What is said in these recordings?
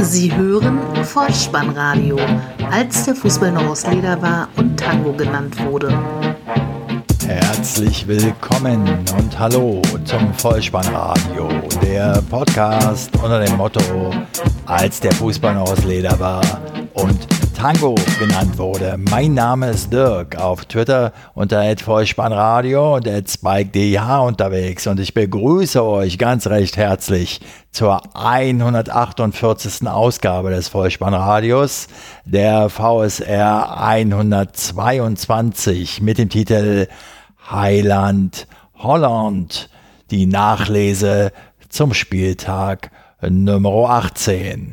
Sie hören Vollspannradio, als der Fußball noch aus Leder war und Tango genannt wurde. Herzlich willkommen und hallo zum Vollspannradio, der Podcast unter dem Motto, als der Fußball noch aus Leder war und Tango genannt wurde. Mein Name ist Dirk, auf Twitter unter @Vollspannradio und @SpikeDH unterwegs und ich begrüße euch ganz recht herzlich zur 148. Ausgabe des Vollspannradios, der VSR 122 mit dem Titel Highland Holland, die Nachlese zum Spieltag Nummer 18.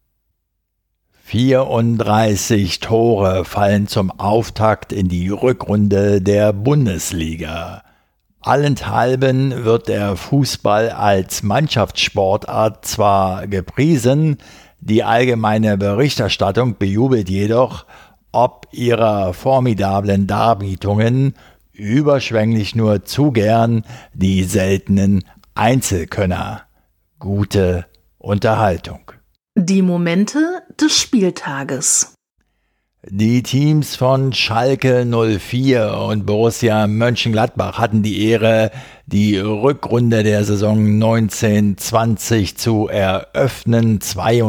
34 Tore fallen zum Auftakt in die Rückrunde der Bundesliga. Allenthalben wird der Fußball als Mannschaftssportart zwar gepriesen, die allgemeine Berichterstattung bejubelt jedoch, ob ihrer formidablen Darbietungen überschwänglich nur zu gern die seltenen Einzelkönner. Gute Unterhaltung. Die Momente des Spieltages. Die Teams von Schalke 04 und Borussia Mönchengladbach hatten die Ehre, die Rückrunde der Saison 19/20 zu eröffnen.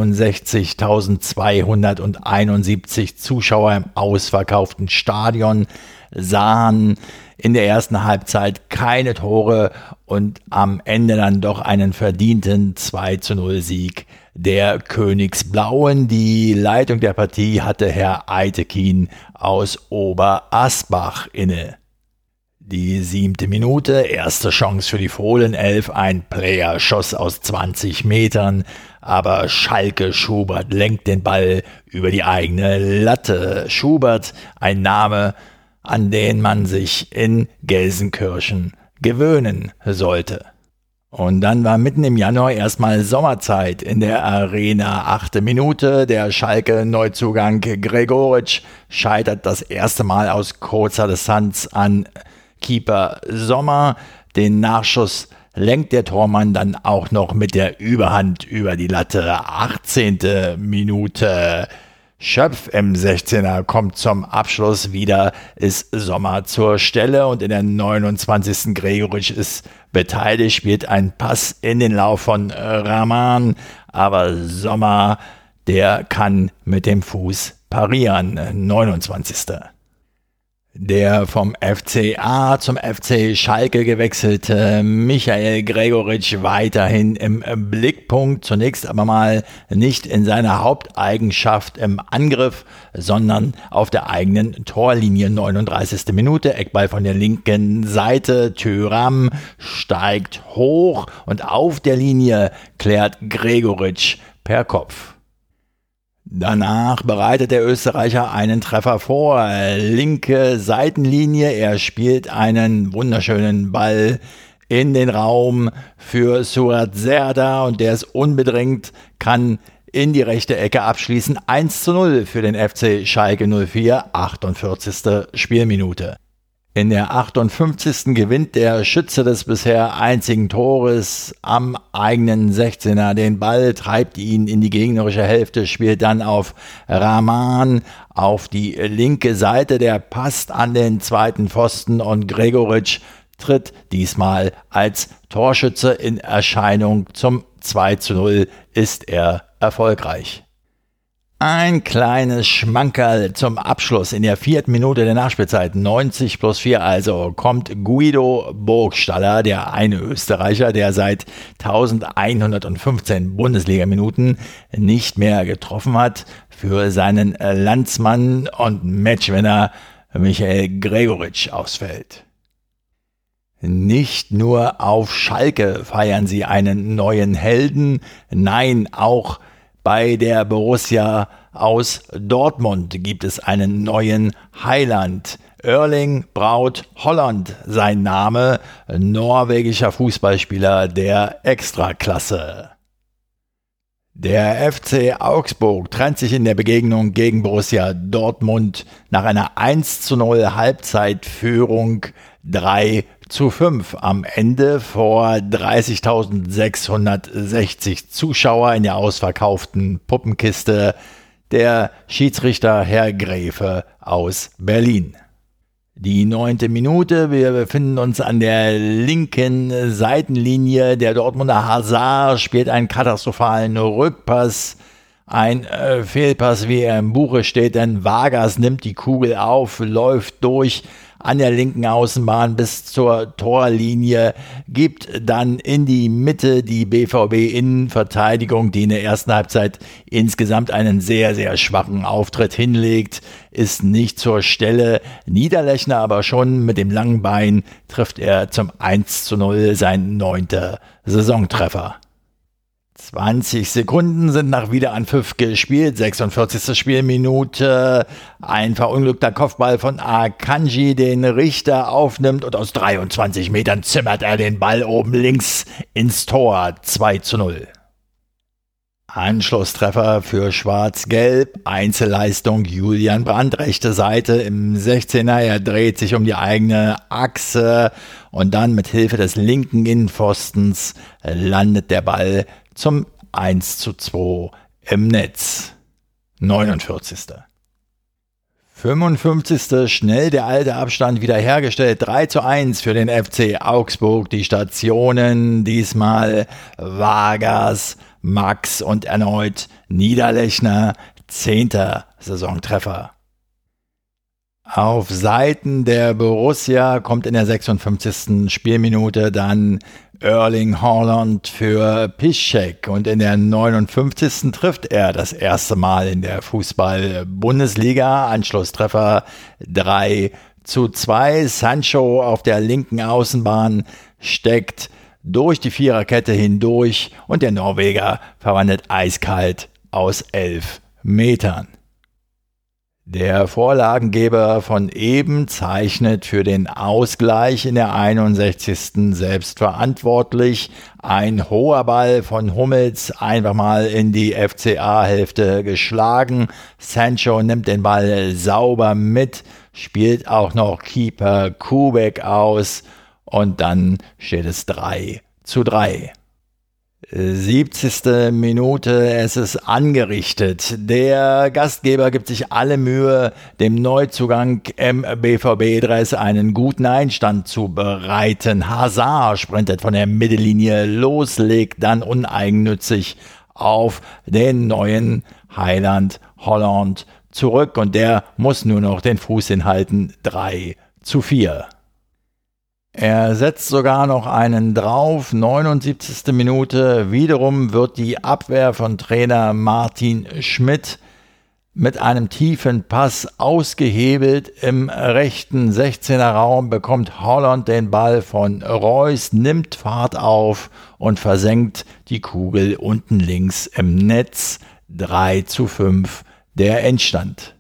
62.271 Zuschauer im ausverkauften Stadion sahen in der ersten Halbzeit keine Tore und am Ende dann doch einen verdienten 2:0 Sieg der Königsblauen. Die Leitung der Partie hatte Herr Eitekin aus Oberasbach inne. Die 7. Minute, erste Chance für die Fohlenelf, ein Player schoss aus 20 Metern, aber Schalke Schubert lenkt den Ball über die eigene Latte. Schubert, ein Name, an den man sich in Gelsenkirchen gewöhnen sollte. Und dann war mitten im Januar erstmal Sommerzeit in der Arena. 8. Minute, der Schalke-Neuzugang Gregoritsch scheitert das erste Mal aus kurzer Distanz an Keeper Sommer. Den Nachschuss lenkt der Tormann dann auch noch mit der Überhand über die Latte. 18. Minute. Schöpf im 16er kommt zum Abschluss, wieder ist Sommer zur Stelle und in der 29. Gregoritsch ist beteiligt, spielt einen Pass in den Lauf von Rahman, aber Sommer, der kann mit dem Fuß parieren. 29. Der vom FCA zum FC Schalke gewechselte Michael Gregoritsch weiterhin im Blickpunkt, zunächst aber mal nicht in seiner Haupteigenschaft im Angriff, sondern auf der eigenen Torlinie. 39. Minute, Eckball von der linken Seite, Thuram steigt hoch und auf der Linie klärt Gregoritsch per Kopf. Danach bereitet der Österreicher einen Treffer vor, linke Seitenlinie, er spielt einen wunderschönen Ball in den Raum für Suat Serdar und der ist unbedrängt, kann in die rechte Ecke abschließen. 1:0 für den FC Schalke 04, 48. Spielminute. In der 58. gewinnt der Schütze des bisher einzigen Tores am eigenen 16er den Ball, treibt ihn in die gegnerische Hälfte, spielt dann auf Rahman auf die linke Seite, der passt an den zweiten Pfosten und Gregoritsch tritt diesmal als Torschütze in Erscheinung. Zum 2:0 ist er erfolgreich. Ein kleines Schmankerl zum Abschluss in der 4. Minute der Nachspielzeit, 90+4 also, kommt Guido Burgstaller, der eine Österreicher, der seit 1115 Bundesliga-Minuten nicht mehr getroffen hat, für seinen Landsmann und Matchwinner Michael Gregoritsch ausfällt. Nicht nur auf Schalke feiern sie einen neuen Helden, nein, auch bei der Borussia aus Dortmund gibt es einen neuen Highland. Erling Braut Holland, sein Name, norwegischer Fußballspieler der Extraklasse. Der FC Augsburg trennt sich in der Begegnung gegen Borussia Dortmund nach einer 1:0 Halbzeitführung 3 3:5 am Ende vor 30.660 Zuschauer in der ausverkauften Puppenkiste der Schiedsrichter Herr Gräfe aus Berlin. Die 9. Minute, wir befinden uns an der linken Seitenlinie. Der Dortmunder Hazard spielt einen katastrophalen Rückpass. Ein Fehlpass, wie er im Buche steht, denn Vargas nimmt die Kugel auf, läuft durch an der linken Außenbahn bis zur Torlinie, gibt dann in die Mitte die BVB-Innenverteidigung, die in der ersten Halbzeit insgesamt einen sehr, sehr schwachen Auftritt hinlegt, ist nicht zur Stelle. Niederlechner aber schon mit dem langen Bein trifft er zum 1:0 sein 9. Saisontreffer. 20 Sekunden sind nach Wiederanpfiff gespielt, 46. Spielminute, ein verunglückter Kopfball von Akanji, den Richter aufnimmt und aus 23 Metern zimmert er den Ball oben links ins Tor, 2:0. Anschlusstreffer für Schwarz-Gelb, Einzelleistung Julian Brandt, rechte Seite im 16er, er dreht sich um die eigene Achse und dann mit Hilfe des linken Innenpfostens landet der Ball zum 1:2 im Netz. 49. 55. Schnell der alte Abstand wiederhergestellt. 3:1 für den FC Augsburg. Die Stationen diesmal Vargas, Max und erneut Niederlechner. 10. Saisontreffer. Auf Seiten der Borussia kommt in der 56. Spielminute dann Erling Haaland für Piszczek und in der 59. trifft er das erste Mal in der Fußball-Bundesliga. Anschlusstreffer 3:2. Sancho auf der linken Außenbahn steckt durch die Viererkette hindurch und der Norweger verwandelt eiskalt aus 11 Metern. Der Vorlagengeber von eben zeichnet für den Ausgleich in der 61. selbst verantwortlich. Ein hoher Ball von Hummels, einfach mal in die FCA-Hälfte geschlagen. Sancho nimmt den Ball sauber mit, spielt auch noch Keeper Kubek aus und dann steht es 3:3. 70. Minute, es ist angerichtet. Der Gastgeber gibt sich alle Mühe, dem Neuzugang im BVB-Dress einen guten Einstand zu bereiten. Hazard sprintet von der Mittellinie los, legt dann uneigennützig auf den neuen Heiland Haaland zurück und der muss nur noch den Fuß hinhalten. 3:4. Er setzt sogar noch einen drauf, 79. Minute, wiederum wird die Abwehr von Trainer Martin Schmidt mit einem tiefen Pass ausgehebelt. Im rechten 16er Raum bekommt Haaland den Ball von Reus, nimmt Fahrt auf und versenkt die Kugel unten links im Netz. 3:5 der Endstand.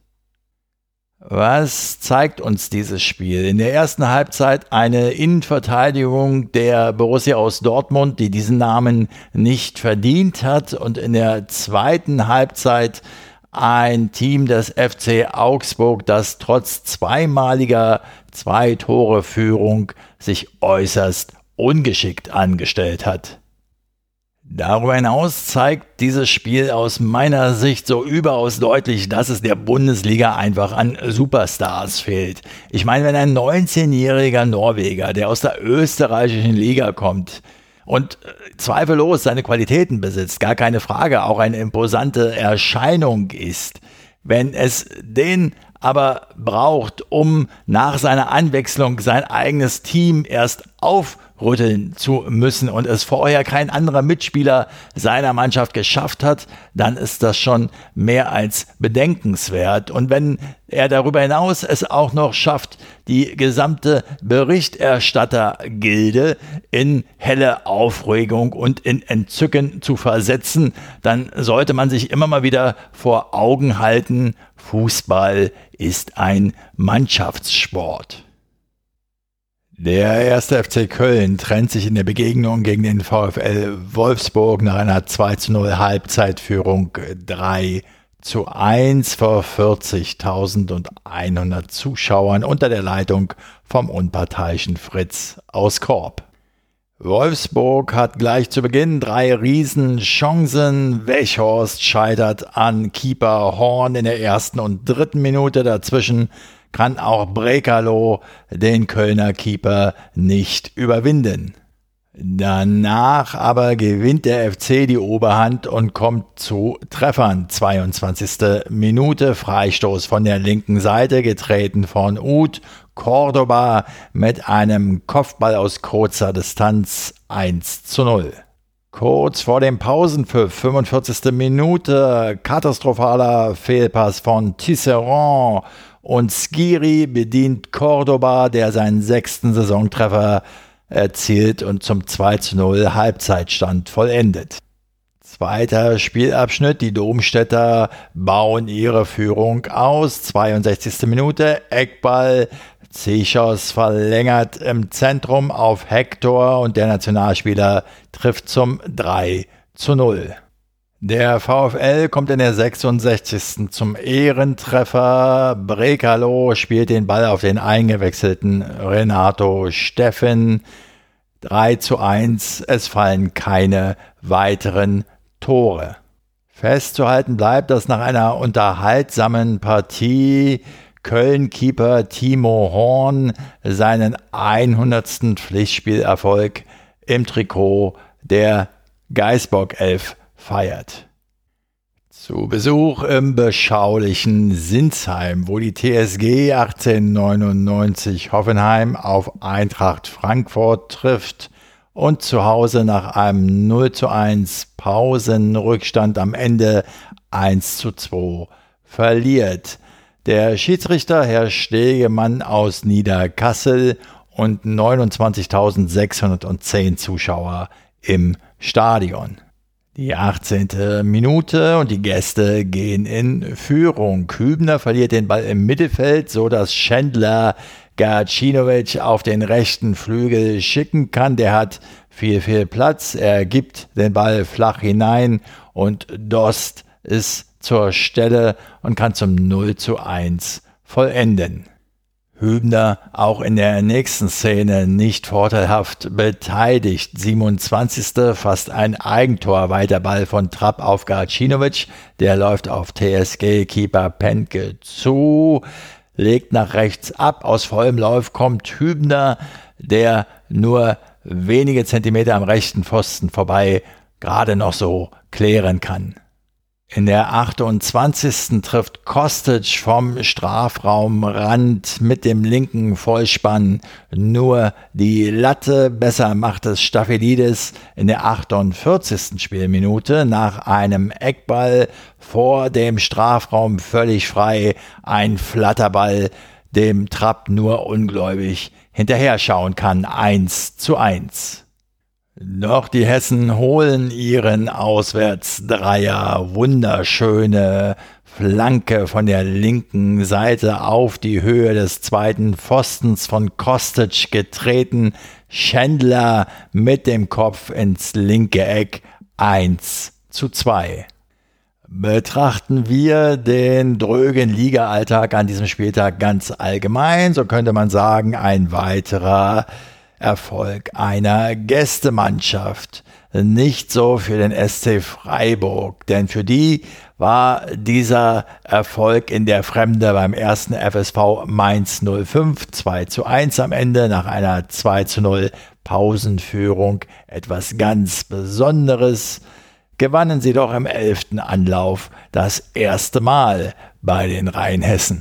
Was zeigt uns dieses Spiel? In der ersten Halbzeit eine Innenverteidigung der Borussia aus Dortmund, die diesen Namen nicht verdient hat, und in der zweiten Halbzeit ein Team des FC Augsburg, das trotz zweimaliger 2-Tore-Führung sich äußerst ungeschickt angestellt hat. Darüber hinaus zeigt dieses Spiel aus meiner Sicht so überaus deutlich, dass es der Bundesliga einfach an Superstars fehlt. Ich meine, wenn ein 19-jähriger Norweger, der aus der österreichischen Liga kommt und zweifellos seine Qualitäten besitzt, gar keine Frage, auch eine imposante Erscheinung ist, wenn es den aber braucht, um nach seiner Anwechslung sein eigenes Team erst aufrütteln zu müssen und es vorher kein anderer Mitspieler seiner Mannschaft geschafft hat, dann ist das schon mehr als bedenkenswert. Und wenn er darüber hinaus es auch noch schafft, die gesamte Berichterstattergilde in helle Aufregung und in Entzücken zu versetzen, dann sollte man sich immer mal wieder vor Augen halten, Fußball ist ein Mannschaftssport. Der 1. FC Köln trennt sich in der Begegnung gegen den VfL Wolfsburg nach einer 2:0 Halbzeitführung 0:1 vor 40.100 Zuschauern unter der Leitung vom unparteiischen Fritz aus Korb. Wolfsburg hat gleich zu Beginn 3 Riesenchancen. Weghorst scheitert an Keeper Horn in der ersten und dritten Minute. Dazwischen kann auch Brekalo den Kölner Keeper nicht überwinden. Danach aber gewinnt der FC die Oberhand und kommt zu Treffern. 22. Minute, Freistoß von der linken Seite, getreten von Uth. Cordoba mit einem Kopfball aus kurzer Distanz 1:0. Kurz vor dem Pausenpfiff, 45. Minute, katastrophaler Fehlpass von Tisserand und Skiri bedient Cordoba, der seinen 6. Saisontreffer erzielt und zum 2:0 Halbzeitstand vollendet. Zweiter Spielabschnitt, die Domstädter bauen ihre Führung aus. 62. Minute, Eckball, Zichos verlängert im Zentrum auf Hector und der Nationalspieler trifft zum 3:0. Der VfL kommt in der 66. zum Ehrentreffer. Brekalo spielt den Ball auf den eingewechselten Renato Steffen. 3:1. Es fallen keine weiteren Tore. Festzuhalten bleibt, dass nach einer unterhaltsamen Partie Köln-Keeper Timo Horn seinen 100. Pflichtspielerfolg im Trikot der Gaisbock 11 feiert. Zu Besuch im beschaulichen Sinsheim, wo die TSG 1899 Hoffenheim auf Eintracht Frankfurt trifft und zu Hause nach einem 0:1 Pausenrückstand am Ende 1:2 verliert. Der Schiedsrichter Herr Stegemann aus Niederkassel und 29.610 Zuschauer im Stadion. Die 18. Minute und die Gäste gehen in Führung. Hübner verliert den Ball im Mittelfeld, so dass Schändler Gacinovic auf den rechten Flügel schicken kann. Der hat viel Platz. Er gibt den Ball flach hinein und Dost ist zur Stelle und kann zum 0:1 vollenden. Hübner auch in der nächsten Szene nicht vorteilhaft beteiligt. 27. fast ein Eigentor, weiter Ball von Trapp auf Gacinovic. Der läuft auf TSG-Keeper Pentke zu, legt nach rechts ab. Aus vollem Lauf kommt Hübner, der nur wenige Zentimeter am rechten Pfosten vorbei gerade noch so klären kann. In der 28. trifft Kostic vom Strafraumrand mit dem linken Vollspann nur die Latte. Besser macht es Staphylides in der 48. Spielminute nach einem Eckball vor dem Strafraum völlig frei. Ein Flatterball, dem Trapp nur ungläubig hinterher schauen kann. 1:1. Doch die Hessen holen ihren Auswärtsdreier. Wunderschöne Flanke von der linken Seite auf die Höhe des zweiten Pfostens von Kostic getreten. Schändler mit dem Kopf ins linke Eck. 1:2. Betrachten wir den drögen Liga-Alltag an diesem Spieltag ganz allgemein, so könnte man sagen, ein weiterer Erfolg einer Gästemannschaft. Nicht so für den SC Freiburg, denn für die war dieser Erfolg in der Fremde beim ersten FSV Mainz 05 2:1 am Ende nach einer 2:0 Pausenführung etwas ganz Besonderes. Gewannen sie doch im 11. Anlauf das erste Mal bei den Rheinhessen.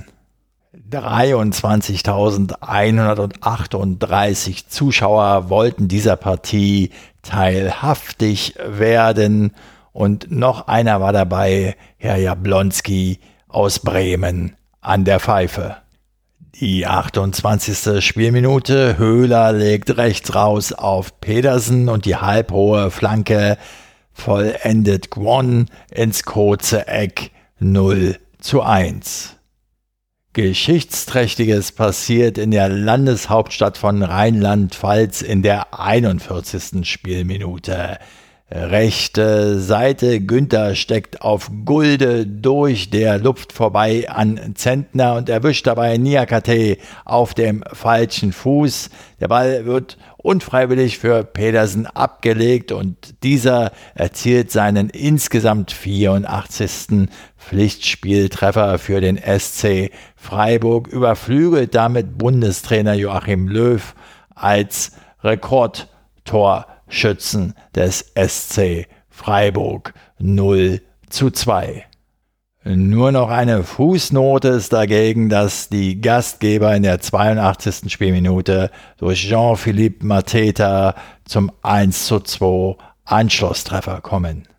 23.138 Zuschauer wollten dieser Partie teilhaftig werden und noch einer war dabei, Herr Jablonski aus Bremen an der Pfeife. Die 28. Spielminute, Höhler legt rechts raus auf Pedersen und die halbhohe Flanke vollendet Gwon ins kurze Eck 0:1. Geschichtsträchtiges passiert in der Landeshauptstadt von Rheinland-Pfalz in der 41. Spielminute. Rechte Seite, Günther steckt auf Gulde durch, der lupft vorbei an Zentner und erwischt dabei Niakate auf dem falschen Fuß. Der Ball wird unfreiwillig für Pedersen abgelegt und dieser erzielt seinen insgesamt 84. Pflichtspieltreffer für den SC Freiburg, überflügelt damit Bundestrainer Joachim Löw als Rekordtorschützen des SC Freiburg 0:2. Nur noch eine Fußnote ist dagegen, dass die Gastgeber in der 82. Spielminute durch Jean-Philippe Mateta zum 1:2 Anschlusstreffer kommen.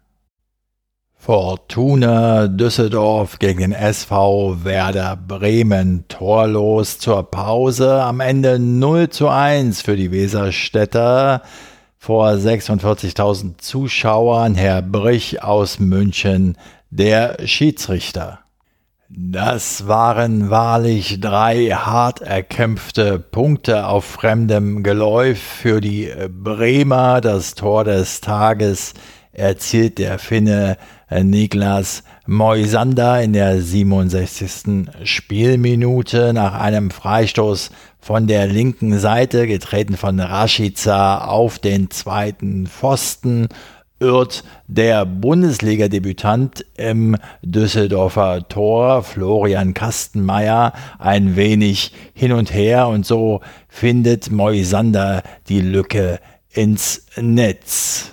Fortuna Düsseldorf gegen den SV Werder Bremen torlos zur Pause. Am Ende 0:1 für die Weserstädter vor 46.000 Zuschauern. Herr Brich aus München, der Schiedsrichter. Das waren wahrlich 3 hart erkämpfte Punkte auf fremdem Geläuf für die Bremer. Das Tor des Tages erzielt der Finne Niklas Moisander in der 67. Spielminute nach einem Freistoß von der linken Seite, getreten von Rashica auf den zweiten Pfosten, irrt der Bundesliga-Debütant im Düsseldorfer Tor, Florian Kastenmeier, ein wenig hin und her und so findet Moisander die Lücke ins Netz.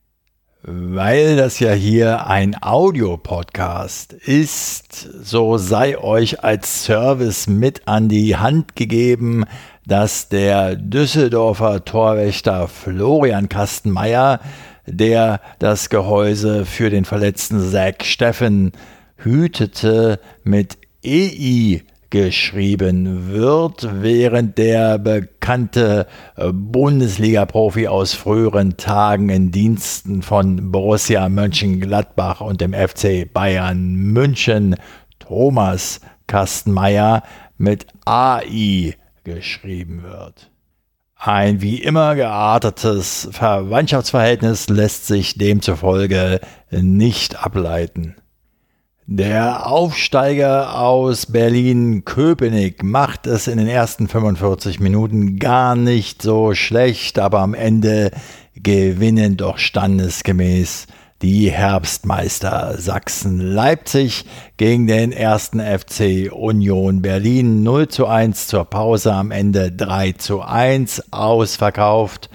Weil das ja hier ein Audiopodcast ist, so sei euch als Service mit an die Hand gegeben, dass der Düsseldorfer Torwächter Florian Kastenmeier, der das Gehäuse für den verletzten Zach Steffen hütete, mit EI geschrieben wird, während der bekannte Bundesliga-Profi aus früheren Tagen in Diensten von Borussia Mönchengladbach und dem FC Bayern München, Thomas Kastenmeier, mit AI geschrieben wird. Ein wie immer geartetes Verwandtschaftsverhältnis lässt sich demzufolge nicht ableiten. Der Aufsteiger aus Berlin-Köpenick macht es in den ersten 45 Minuten gar nicht so schlecht, aber am Ende gewinnen doch standesgemäß die Herbstmeister Sachsen-Leipzig gegen den 1. FC Union Berlin 0:1 zur Pause, am Ende 3:1 ausverkauft,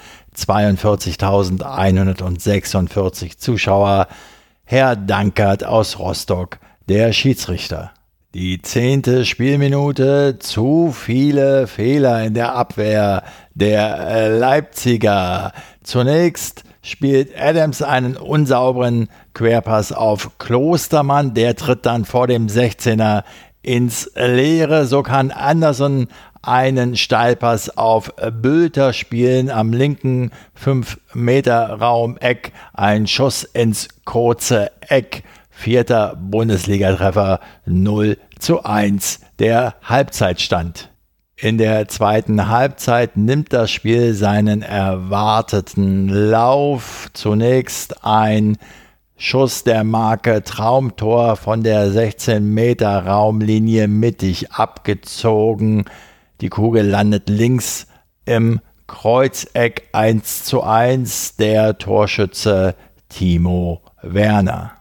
42.146 Zuschauer. Herr Dankert aus Rostock, der Schiedsrichter. Die 10. Spielminute, zu viele Fehler in der Abwehr der Leipziger. Zunächst spielt Adams einen unsauberen Querpass auf Klostermann, der tritt dann vor dem 16er ins Leere. So kann Anderson einen Steilpass auf Bülter spielen, am linken 5-Meter-Raum-Eck, ein Schuss ins kurze Eck, 4. Bundesligatreffer, 0:1 der Halbzeitstand. In der zweiten Halbzeit nimmt das Spiel seinen erwarteten Lauf. Zunächst ein Schuss der Marke Traumtor von der 16-Meter-Raumlinie mittig abgezogen. Die Kugel landet links im Kreuzeck, 1:1, der Torschütze Timo Werner.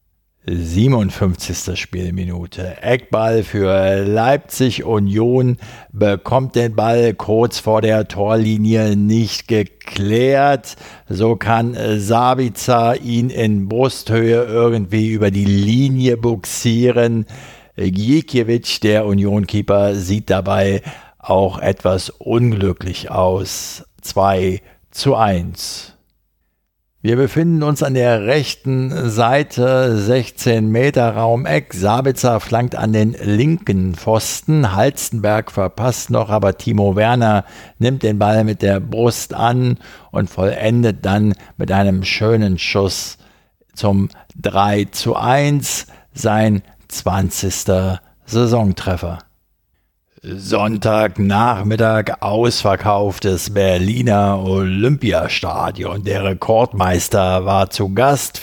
57. Spielminute. Eckball für Leipzig. Union bekommt den Ball kurz vor der Torlinie nicht geklärt. So kann Sabitzer ihn in Brusthöhe irgendwie über die Linie buxieren. Gikiewicz, der Union-Keeper, sieht dabei auch etwas unglücklich aus. 2:1. Wir befinden uns an der rechten Seite, 16-Meter-Raum-Eck. Sabitzer flankt an den linken Pfosten. Halstenberg verpasst noch, aber Timo Werner nimmt den Ball mit der Brust an und vollendet dann mit einem schönen Schuss zum 3:1 sein 20. Saisontreffer. Sonntagnachmittag ausverkauftes Berliner Olympiastadion. Der Rekordmeister war zu Gast.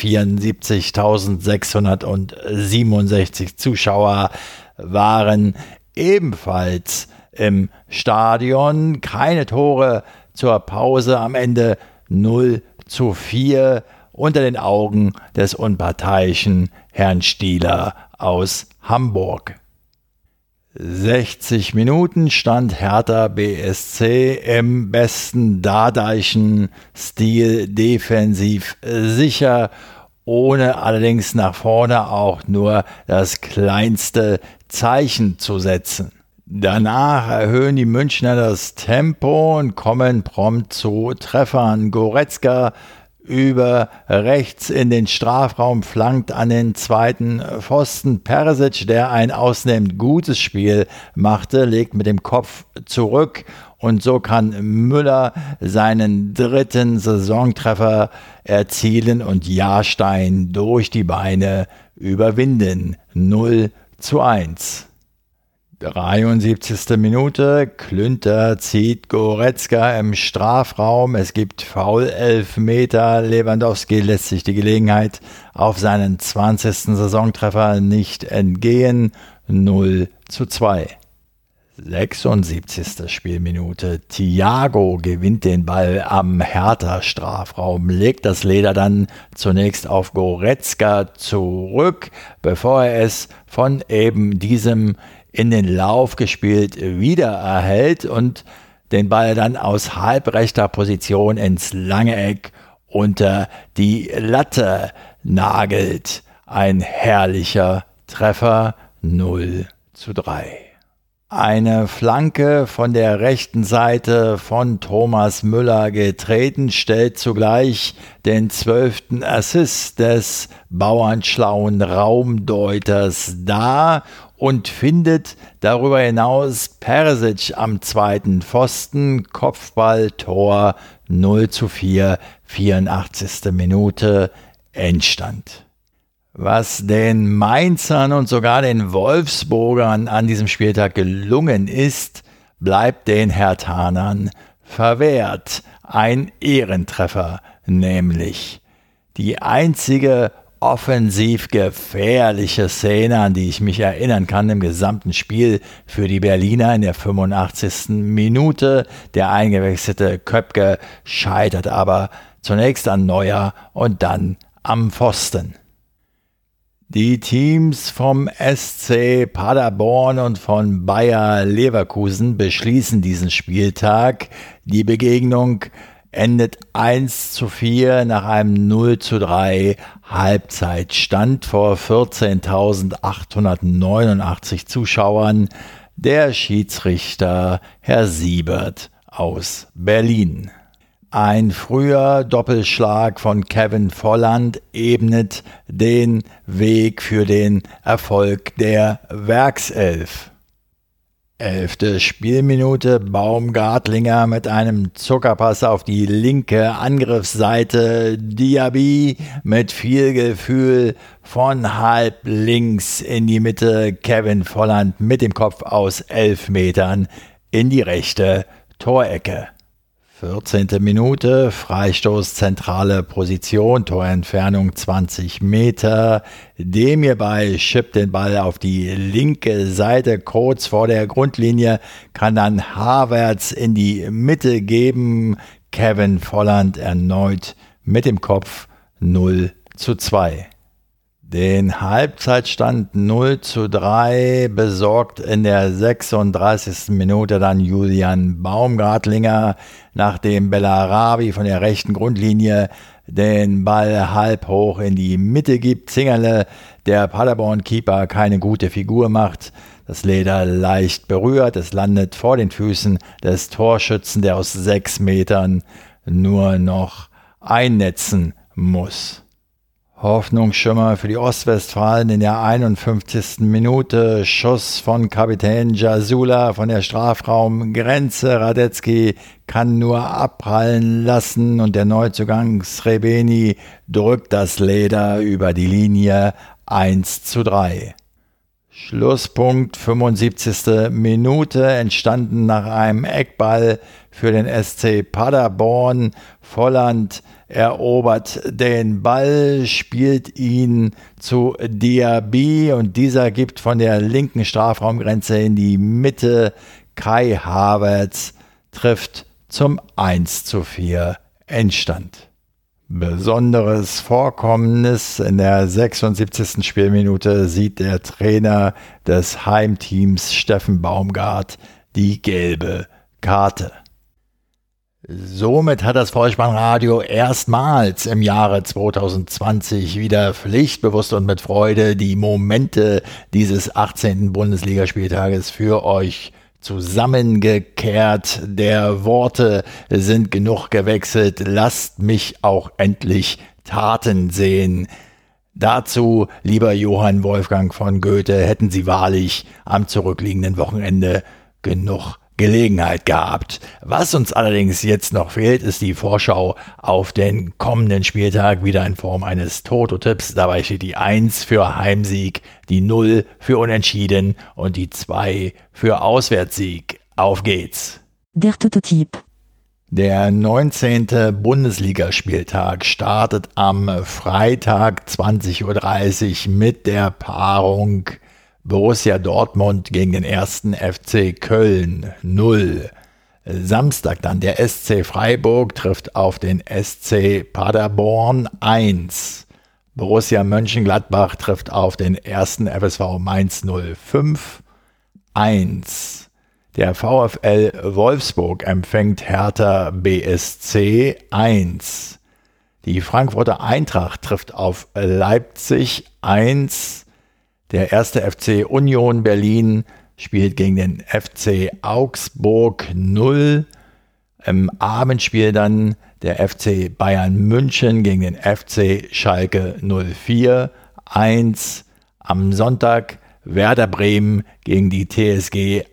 74.667 Zuschauer waren ebenfalls im Stadion. Keine Tore zur Pause. Am Ende 0:4 unter den Augen des unparteiischen Herrn Stieler aus Hamburg. 60 Minuten stand Hertha BSC im besten Dardaichen Stil defensiv sicher, ohne allerdings nach vorne auch nur das kleinste Zeichen zu setzen. Danach erhöhen die Münchner das Tempo und kommen prompt zu Treffern. Goretzka über rechts in den Strafraum, flankt an den zweiten Pfosten. Perisic, der ein ausnehmend gutes Spiel machte, legt mit dem Kopf zurück und so kann Müller seinen dritten Saisontreffer erzielen und Jahrstein durch die Beine überwinden. 0:1. 73. Minute, Klünter zieht Goretzka im Strafraum, es gibt Foul-Elfmeter, Lewandowski lässt sich die Gelegenheit auf seinen 20. Saisontreffer nicht entgehen, 0:2. 76. Spielminute, Thiago gewinnt den Ball am Hertha-Strafraum, legt das Leder dann zunächst auf Goretzka zurück, bevor er es von eben diesem in den Lauf gespielt wieder erhält und den Ball dann aus halbrechter Position ins lange Eck unter die Latte nagelt. Ein herrlicher Treffer, 0:3. Eine Flanke von der rechten Seite von Thomas Müller getreten, stellt zugleich den 12. Assist des bauernschlauen Raumdeuters dar und findet darüber hinaus Perisic am zweiten Pfosten, Kopfballtor, 0:4, 84. Minute, Endstand. Was den Mainzern und sogar den Wolfsburgern an diesem Spieltag gelungen ist, bleibt den Herthanern verwehrt. Ein Ehrentreffer nämlich. Die einzige offensiv gefährliche Szene, an die ich mich erinnern kann im gesamten Spiel für die Berliner in der 85. Minute. Der eingewechselte Köpke scheitert aber zunächst an Neuer und dann am Pfosten. Die Teams vom SC Paderborn und von Bayer Leverkusen beschließen diesen Spieltag. Die Begegnung endet 1:4 nach einem 0:3 Halbzeitstand vor 14.889 Zuschauern. Der Schiedsrichter Herr Siebert aus Berlin. Ein früher Doppelschlag von Kevin Volland ebnet den Weg für den Erfolg der Werkself. 11. Spielminute, Baumgartlinger mit einem Zuckerpass auf die linke Angriffsseite, Diaby mit viel Gefühl von halb links in die Mitte, Kevin Volland mit dem Kopf aus 11 Metern in die rechte Torecke. 14. Minute, Freistoß, zentrale Position, Torentfernung 20 Meter. Demirbay schippt den Ball auf die linke Seite, kurz vor der Grundlinie, kann dann Havertz in die Mitte geben. Kevin Volland erneut mit dem Kopf 0:2. Den Halbzeitstand 0:3 besorgt in der 36. Minute dann Julian Baumgartlinger, nachdem Bellarabi von der rechten Grundlinie den Ball halb hoch in die Mitte gibt. Zingerle, der Paderborn-Keeper, keine gute Figur macht. Das Leder leicht berührt, es landet vor den Füßen des Torschützen, der aus 6 Metern nur noch einnetzen muss. Hoffnungsschimmer für die Ostwestfalen in der 51. Minute. Schuss von Kapitän Jasula von der Strafraumgrenze. Radetzky kann nur abprallen lassen und der Neuzugang Srebeni drückt das Leder über die Linie 1:3. Schlusspunkt 75. Minute, entstanden nach einem Eckball für den SC Paderborn. Volland erobert den Ball, spielt ihn zu Diaby und dieser gibt von der linken Strafraumgrenze in die Mitte. Kai Havertz trifft zum 1:4 Endstand. Besonderes Vorkommnis: in der 76. Spielminute sieht der Trainer des Heimteams Steffen Baumgart die gelbe Karte. Somit hat das Vollspannradio erstmals im Jahre 2020 wieder pflichtbewusst und mit Freude die Momente dieses 18. Bundesligaspieltages für euch zusammengekehrt. Der Worte sind genug gewechselt. Lasst mich auch endlich Taten sehen. Dazu, lieber Johann Wolfgang von Goethe, hätten Sie wahrlich am zurückliegenden Wochenende genug Gelegenheit gehabt. Was uns allerdings jetzt noch fehlt, ist die Vorschau auf den kommenden Spieltag, wieder in Form eines Toto-Tipps. Dabei steht die 1 für Heimsieg, die 0 für Unentschieden und die 2 für Auswärtssieg. Auf geht's! Der Toto-Tipp. Der 19. Bundesligaspieltag startet am Freitag 20:30 Uhr mit der Paarung Borussia Dortmund gegen den 1. FC Köln 0. Samstag dann der SC Freiburg trifft auf den SC Paderborn 1. Borussia Mönchengladbach trifft auf den 1. FSV Mainz 05 1. Der VfL Wolfsburg empfängt Hertha BSC 1. Die Frankfurter Eintracht trifft auf Leipzig 1. Der 1. FC Union Berlin spielt gegen den FC Augsburg 0. Im Abendspiel dann der FC Bayern München gegen den FC Schalke 04 1. Am Sonntag Werder Bremen gegen die TSG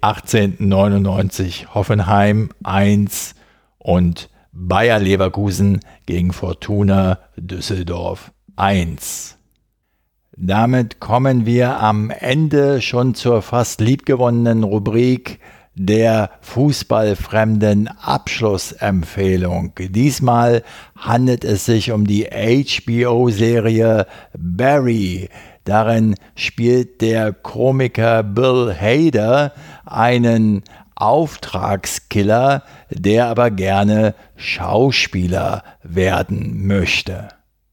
1899 Hoffenheim 1 und Bayer Leverkusen gegen Fortuna Düsseldorf 1. Damit kommen wir am Ende schon zur fast liebgewonnenen Rubrik der fußballfremden Abschlussempfehlung. Diesmal handelt es sich um die HBO-Serie Barry. Darin spielt der Komiker Bill Hader einen Auftragskiller, der aber gerne Schauspieler werden möchte.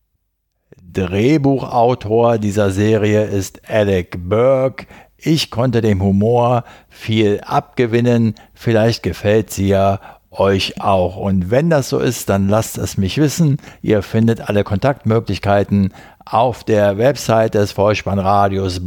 Drehbuchautor dieser Serie ist Alec Burke. Ich konnte dem Humor viel abgewinnen. Vielleicht gefällt sie ja euch auch. Und wenn das so ist, dann lasst es mich wissen. Ihr findet alle Kontaktmöglichkeiten auf der Website des Vollspannradios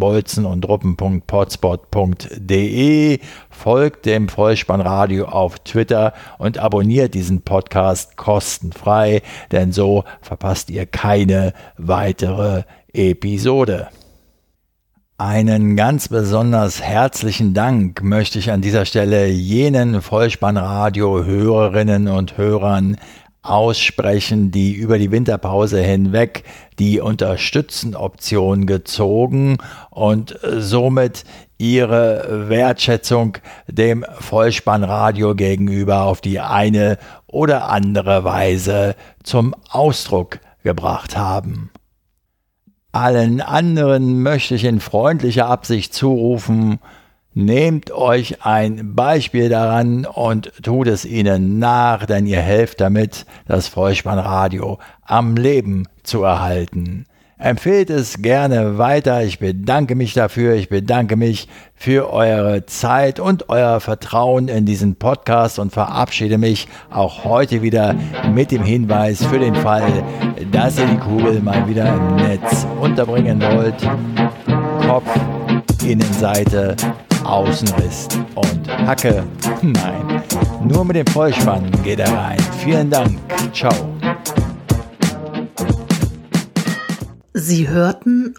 bolzenundruppen.potspot.de. Folgt dem Vollspannradio auf Twitter und abonniert diesen Podcast kostenfrei, denn so verpasst ihr keine weitere Episode. Einen ganz besonders herzlichen Dank möchte ich an dieser Stelle jenen Vollspannradio-Hörerinnen und Hörern aussprechen, die über die Winterpause hinweg die Unterstützen-Option gezogen und somit ihre Wertschätzung dem Vollspannradio gegenüber auf die eine oder andere Weise zum Ausdruck gebracht haben. Allen anderen möchte ich in freundlicher Absicht zurufen: Nehmt euch ein Beispiel daran und tut es ihnen nach, denn ihr helft damit, das Vollspannradio am Leben zu erhalten. Empfehlt es gerne weiter. Ich bedanke mich dafür. Ich bedanke mich für eure Zeit und euer Vertrauen in diesen Podcast und verabschiede mich auch heute wieder mit dem Hinweis für den Fall, dass ihr die Kugel mal wieder im Netz unterbringen wollt. Kopf, Innenseite, Außenriss und Hacke. Nein, nur mit dem Vollspann geht er rein. Vielen Dank. Ciao. Sie hörten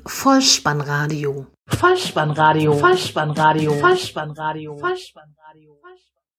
Vollspannradio. Vollspannradio. Vollspannradio. Vollspannradio. Vollspannradio.